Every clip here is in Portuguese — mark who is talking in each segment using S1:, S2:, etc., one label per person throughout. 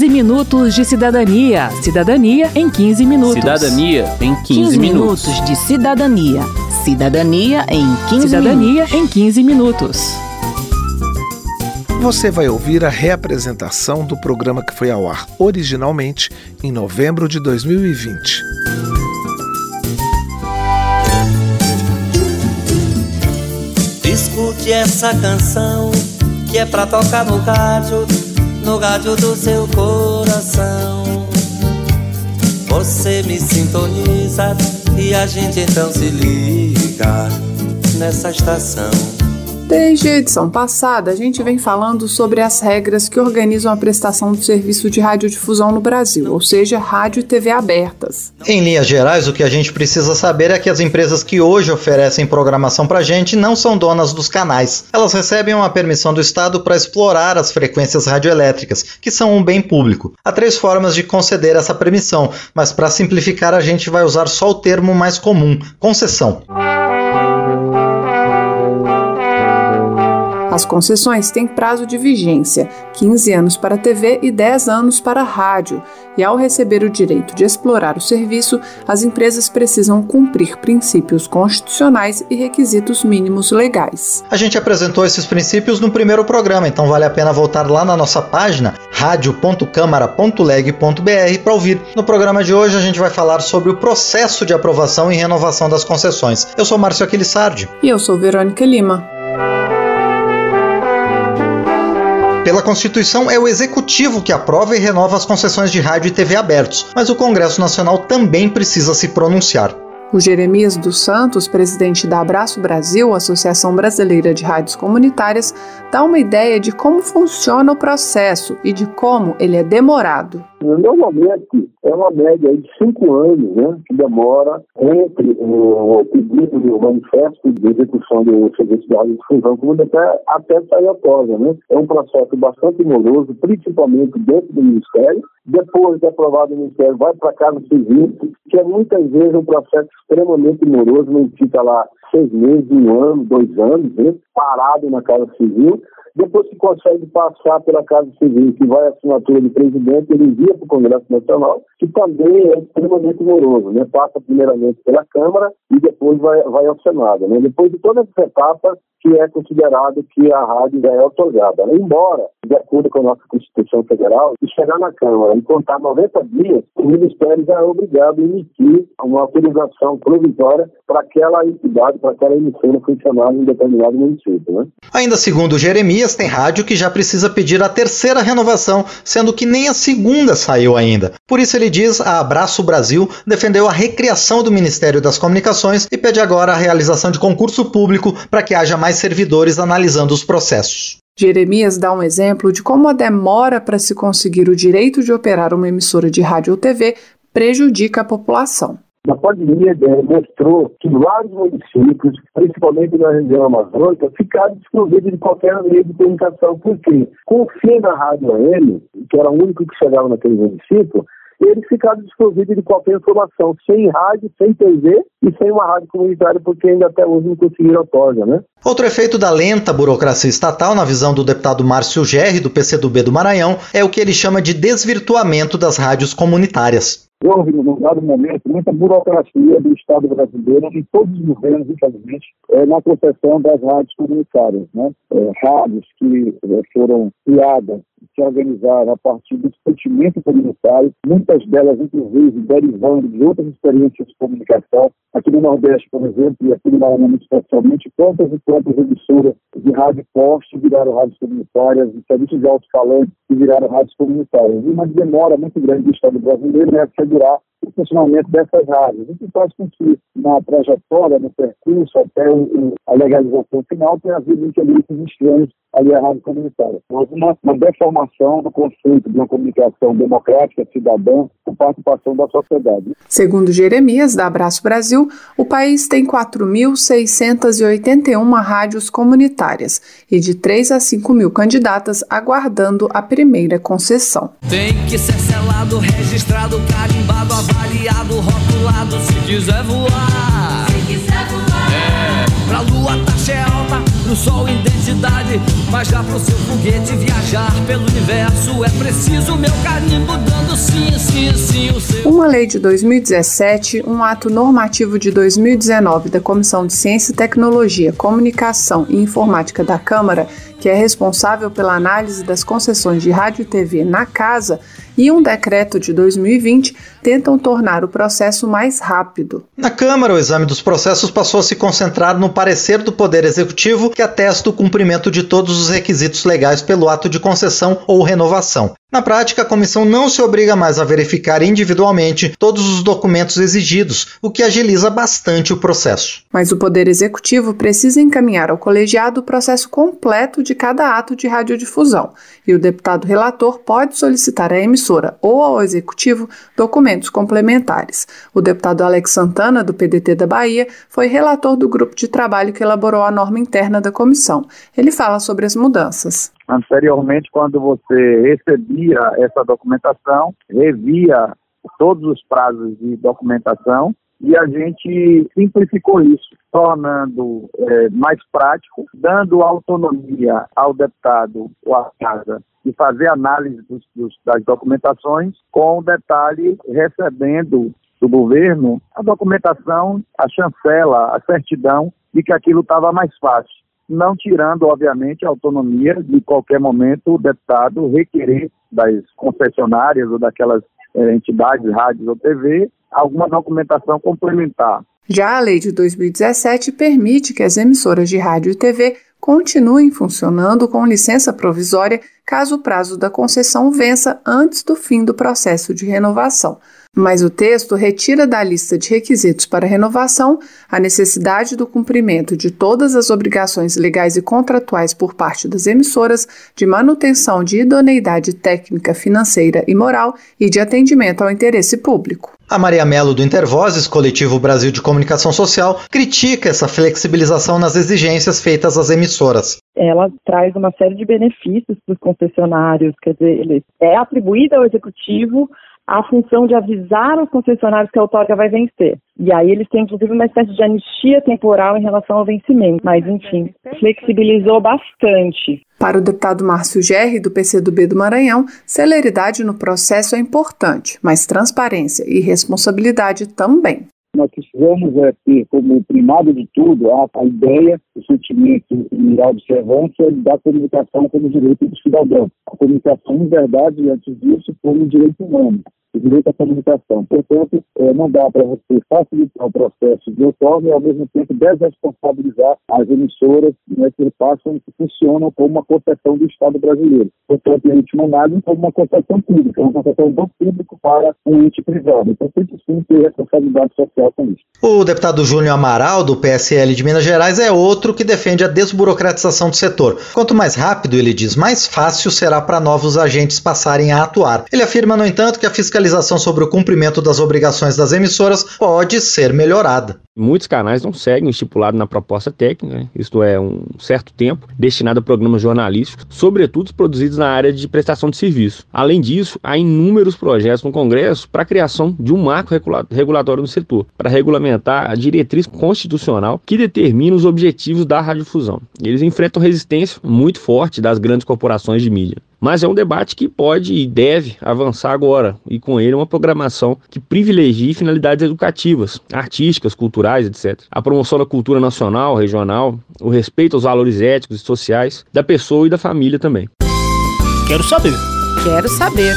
S1: minutos de cidadania. Cidadania em 15 minutos.
S2: Cidadania em 15 minutos.
S3: 15 minutos de cidadania. Cidadania em 15
S1: Cidadania em 15 minutos.
S4: Você vai ouvir a reapresentação do programa que foi ao ar originalmente em novembro de 2020.
S5: Escute essa canção que é pra tocar no rádio do seu coração. Você me sintoniza e a gente então se liga nessa estação.
S6: Desde a edição passada, a gente vem falando sobre as regras que organizam a prestação do serviço de radiodifusão no Brasil, ou seja, rádio e TV abertas.
S7: Em linhas gerais, o que a gente precisa saber é que as empresas que hoje oferecem programação pra gente não são donas dos canais. Elas recebem uma permissão do Estado para explorar as frequências radioelétricas, que são um bem público. Há 3 formas de conceder essa permissão, mas para simplificar a gente vai usar só o termo mais comum, concessão.
S6: As concessões têm prazo de vigência, 15 anos para a TV e 10 anos para a rádio, e ao receber o direito de explorar o serviço, as empresas precisam cumprir princípios constitucionais e requisitos mínimos legais.
S7: A gente apresentou esses princípios no primeiro programa, então vale a pena voltar lá na nossa página, radio.câmara.leg.br, para ouvir. No programa de hoje a gente vai falar sobre o processo de aprovação e renovação das concessões. Eu sou Márcio Aquilissardi.
S6: E eu sou Verônica Lima.
S7: Pela Constituição, é o Executivo que aprova e renova as concessões de rádio e TV abertos, mas o Congresso Nacional também precisa se pronunciar.
S6: O Jeremias dos Santos, presidente da Abraço Brasil, Associação Brasileira de Rádios Comunitárias, dá uma ideia de como funciona o processo e de como ele é demorado.
S8: Normalmente é uma média de 5 anos, né, que demora entre o pedido do manifesto de execução do serviço de radiodifusão até sair a posa, né? É um processo bastante moroso, principalmente dentro do Ministério. Depois de aprovado o Ministério, vai para a Casa Civil, que é muitas vezes um processo extremamente moroso, não fica lá 6 meses, 1 ano, 2 anos, né, parado na Casa Civil. Depois que consegue passar pela Casa Civil, que vai a assinatura do presidente, ele envia para o Congresso Nacional, que também é extremamente moroso, né? Passa primeiramente pela Câmara e depois vai ao Senado, né? Depois de toda essa etapa, que é considerado que a rádio já é otorgada. Embora, de acordo com a nossa Constituição Federal, se chegar na Câmara e contar 90 dias, o Ministério já é obrigado a emitir uma autorização provisória para aquela entidade, para aquela emissora funcionar em determinado município, né?
S7: Ainda segundo Jeremias, tem rádio que já precisa pedir a 3ª renovação, sendo que nem a 2ª saiu ainda. Por isso ele diz, a Abraço Brasil defendeu a recriação do Ministério das Comunicações e pede agora a realização de concurso público para que haja mais servidores analisando os processos.
S6: Jeremias dá um exemplo de como a demora para se conseguir o direito de operar uma emissora de rádio ou TV prejudica a população.
S8: A pandemia mostrou que vários municípios, principalmente na região amazônica, ficaram desprovidos de qualquer meio de comunicação. Por quê? Com o fim da rádio AM, que era o único que chegava naquele município, eles ficaram desprovidos de qualquer informação, sem rádio, sem TV e sem uma rádio comunitária, porque ainda até hoje não conseguiram a toga, né?
S7: Outro efeito da lenta burocracia estatal, na visão do deputado Márcio Gerri, do PCdoB do Maranhão, é o que ele chama de desvirtuamento das rádios comunitárias.
S8: Houve, num dado momento, muita burocracia do Estado brasileiro em todos os governos, infelizmente, na concessão das rádios comunitárias, né? Rádios que foram criadas, se organizaram a partir do sentimento comunitário, muitas delas, inclusive, derivando de outras experiências de comunicação. Aqui no Nordeste, por exemplo, e aqui no Maranhão especialmente, quantas e quantas emissoras de rádio poste viraram rádios comunitárias, de serviços de alto-falante que viraram rádios comunitárias. E uma demora muito grande do Estado brasileiro é assegurar o funcionamento dessas rádios. Isso faz com que, na trajetória, no percurso, até a legalização final, tenha havido interesses estranhos ali à rádio comunitária. Houve uma deformação do conceito de uma comunicação democrática, cidadã, com participação da sociedade.
S6: Segundo Jeremias, da Abraço Brasil, o país tem 4.681 rádios comunitárias e de 3 a 5 mil candidatas aguardando a primeira concessão.
S5: Tem que ser selado, registrado, carimbado, avaliado, rotulado, se quiser voar. Se quiser voar. Pra lua taxa é alta,
S9: pro sol identidade, mas já pro seu foguete viajar pelo universo é preciso meu carimbo dando sim, sim, sim.
S6: Uma lei de 2017, um ato normativo de 2019 da Comissão de Ciência e Tecnologia, Comunicação e Informática da Câmara, que é responsável pela análise das concessões de rádio e TV na casa, e um decreto de 2020 tentam tornar o processo mais rápido.
S7: Na Câmara, o exame dos processos passou a se concentrar no parecer do Poder Executivo, que atesta o cumprimento de todos os requisitos legais pelo ato de concessão ou renovação. Na prática, a comissão não se obriga mais a verificar individualmente todos os documentos exigidos, o que agiliza bastante o processo.
S6: Mas o Poder Executivo precisa encaminhar ao colegiado o processo completo de cada ato de radiodifusão, e o deputado relator pode solicitar à emissora ou ao Executivo documentos complementares. O deputado Alex Santana, do PDT da Bahia, foi relator do grupo de trabalho que elaborou a norma interna da comissão. Ele fala sobre as mudanças.
S8: Anteriormente, quando você recebia essa documentação, revia todos os prazos de documentação e a gente simplificou isso, tornando mais prático, dando autonomia ao deputado ou à casa de fazer análise das documentações, com o detalhe recebendo do governo a documentação, a chancela, a certidão de que aquilo estava mais fácil. Não tirando, obviamente, a autonomia de qualquer momento o deputado requerer das concessionárias ou daquelas entidades, rádios ou TV, alguma documentação complementar.
S6: Já a lei de 2017 permite que as emissoras de rádio e TV continuem funcionando com licença provisória caso o prazo da concessão vença antes do fim do processo de renovação. Mas o texto retira da lista de requisitos para renovação a necessidade do cumprimento de todas as obrigações legais e contratuais por parte das emissoras de manutenção de idoneidade técnica, financeira e moral e de atendimento ao interesse público.
S7: A Maria Mello, do Intervozes, Coletivo Brasil de Comunicação Social, critica essa flexibilização nas exigências feitas às emissoras.
S10: Ela traz uma série de benefícios para os concessionários, quer dizer, é atribuída ao executivo a função de avisar os concessionários que a outorga vai vencer. E aí eles têm, inclusive, uma espécie de anistia temporal em relação ao vencimento. Mas, enfim, flexibilizou bastante.
S6: Para o deputado Márcio Gerri, do PCdoB do Maranhão, celeridade no processo é importante, mas transparência e responsabilidade também.
S8: Nós precisamos ter como primado de tudo a ideia, o sentimento e a observância da comunicação como direito do cidadão. A comunicação, em verdade, antes disso, como direito humano, o direito à comunicação. Portanto, não dá para você facilitar o processo de outorga e, ao mesmo tempo, desresponsabilizar as emissoras que passam e que funcionam como uma concessão do Estado brasileiro. Portanto, em última análise, como uma concessão pública, uma concessão do público para um ente privado. Então, tem que sim ter responsabilidade social com isso.
S7: O deputado Júnior Amaral, do PSL de Minas Gerais, é outro que defende a desburocratização do setor. Quanto mais rápido, ele diz, mais fácil será para novos agentes passarem a atuar. Ele afirma, no entanto, que a fiscalização sobre o cumprimento das obrigações das emissoras pode ser melhorada.
S2: Muitos canais não seguem o estipulado na proposta técnica, isto é, um certo tempo destinado a programas jornalísticos, sobretudo os produzidos na área de prestação de serviço. Além disso, há inúmeros projetos no Congresso para a criação de um marco regulatório no setor, para regulamentar a diretriz constitucional que determina os objetivos da radiodifusão. Eles enfrentam resistência muito forte das grandes corporações de mídia. Mas é um debate que pode e deve avançar agora, e com ele uma programação que privilegie finalidades educativas, artísticas, culturais, etc. A promoção da cultura nacional, regional, o respeito aos valores éticos e sociais da pessoa e da família também.
S1: Quero saber.
S3: Quero saber.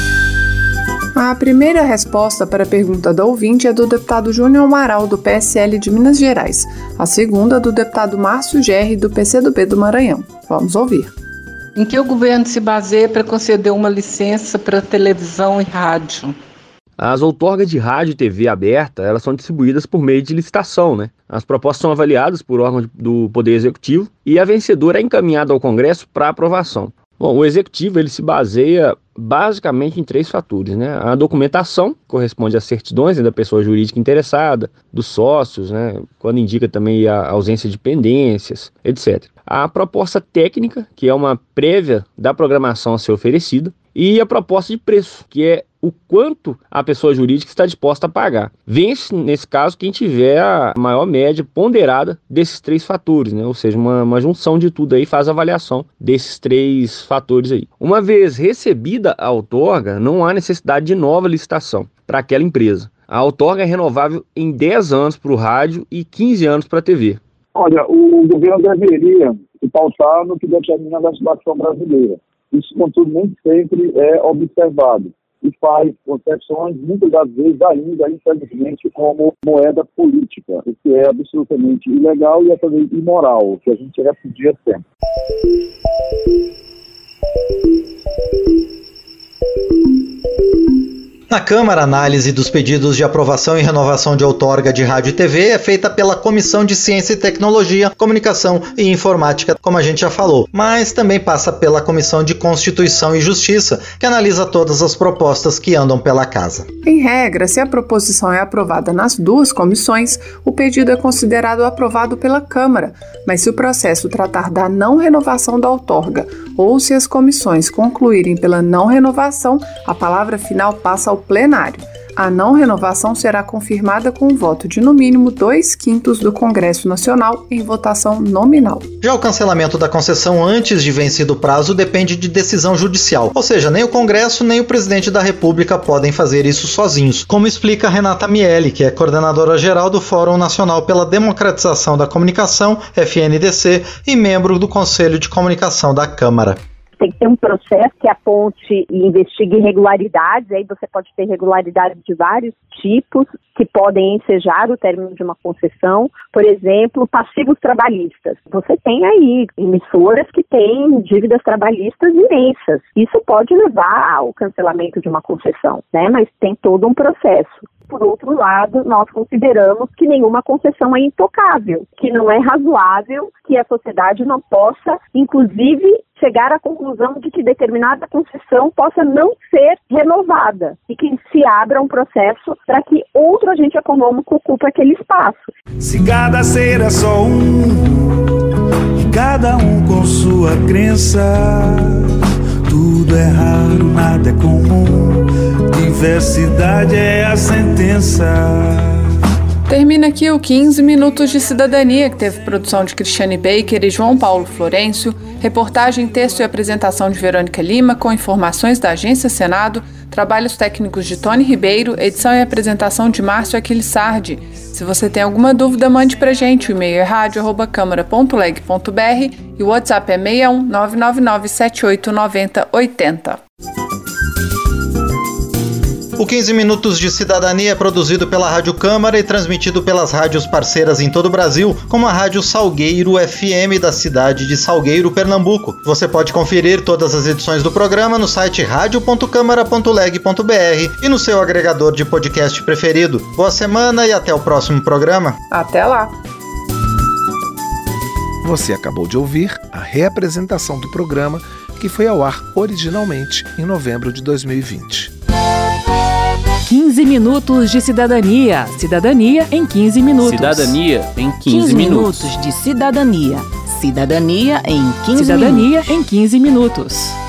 S6: A primeira resposta para a pergunta da ouvinte é do deputado Júnior Amaral, do PSL de Minas Gerais. A segunda, do deputado Márcio Gerri, do PCdoB do Maranhão. Vamos ouvir.
S11: Em que o governo se baseia para conceder uma licença para televisão e rádio?
S2: As outorgas de rádio e TV aberta, elas são distribuídas por meio de licitação, né? As propostas são avaliadas por órgão do Poder Executivo e a vencedora é encaminhada ao Congresso para aprovação. Bom, o Executivo ele se baseia basicamente em 3 fatores, né? A documentação corresponde às certidões da pessoa jurídica interessada, dos sócios, né? Quando indica também a ausência de pendências, etc. A proposta técnica, que é uma prévia da programação a ser oferecida, e a proposta de preço, que é o quanto a pessoa jurídica está disposta a pagar. Vence, nesse caso, quem tiver a maior média ponderada desses 3 fatores, né? Ou seja, uma junção de tudo aí faz a avaliação desses 3 fatores aí. Uma vez recebida a outorga, não há necessidade de nova licitação para aquela empresa. A outorga é renovável em 10 anos para o rádio e 15 anos para a TV.
S8: Olha, o governo deveria se pautar no que determina a legislação brasileira. Isso, contudo, nem sempre é observado e faz concessões, muitas das vezes ainda, infelizmente, como moeda política, o que é absolutamente ilegal e é também imoral, o que a gente repudia sempre.
S7: Na Câmara, a análise dos pedidos de aprovação e renovação de outorga de rádio e TV é feita pela Comissão de Ciência e Tecnologia, Comunicação e Informática, como a gente já falou, mas também passa pela Comissão de Constituição e Justiça, que analisa todas as propostas que andam pela casa.
S6: Em regra, se a proposição é aprovada nas 2 comissões, o pedido é considerado aprovado pela Câmara, mas se o processo tratar da não renovação da outorga ou se as comissões concluírem pela não renovação, a palavra final passa ao plenário. A não renovação será confirmada com o voto de no mínimo 2/5 do Congresso Nacional em votação nominal.
S7: Já o cancelamento da concessão antes de vencido o prazo depende de decisão judicial, ou seja, nem o Congresso nem o Presidente da República podem fazer isso sozinhos, como explica Renata Miele, que é coordenadora-geral do Fórum Nacional pela Democratização da Comunicação, FNDC, e membro do Conselho de Comunicação da Câmara.
S12: Tem que ter um processo que aponte e investigue irregularidades, aí você pode ter irregularidades de vários tipos que podem ensejar o término de uma concessão. Por exemplo, passivos trabalhistas. Você tem aí emissoras que têm dívidas trabalhistas imensas. Isso pode levar ao cancelamento de uma concessão, né? Mas tem todo um processo. Por outro lado, nós consideramos que nenhuma concessão é intocável, que não é razoável que a sociedade não possa, inclusive, chegar à conclusão de que determinada concessão possa não ser renovada e que se abra um processo para que outro agente econômico ocupe aquele espaço.
S13: Se cada ser é só um, e cada um com sua crença, tudo é raro, nada é comum, diversidade é a sentença.
S6: Termina aqui o 15 Minutos de Cidadania, que teve produção de Cristiane Baker e João Paulo Florencio, reportagem, texto e apresentação de Verônica Lima, com informações da Agência Senado, trabalhos técnicos de Tony Ribeiro, edição e apresentação de Márcio Aquilissardi. Se você tem alguma dúvida, mande pra gente. O e-mail é radio@câmara.leg.br e o WhatsApp é 61 999 78 90 80.
S7: O 15 Minutos de Cidadania é produzido pela Rádio Câmara e transmitido pelas rádios parceiras em todo o Brasil, como a Rádio Salgueiro FM da cidade de Salgueiro, Pernambuco. Você pode conferir todas as edições do programa no site radio.câmara.leg.br e no seu agregador de podcast preferido. Boa semana e até o próximo programa.
S6: Até lá!
S4: Você acabou de ouvir a reapresentação do programa que foi ao ar originalmente em novembro de 2020.
S1: 15 minutos de cidadania. Cidadania em 15 minutos.
S3: Cidadania em 15 minutos. 15 minutos de cidadania. Cidadania em 15 minutos.
S1: Cidadania em 15 minutos.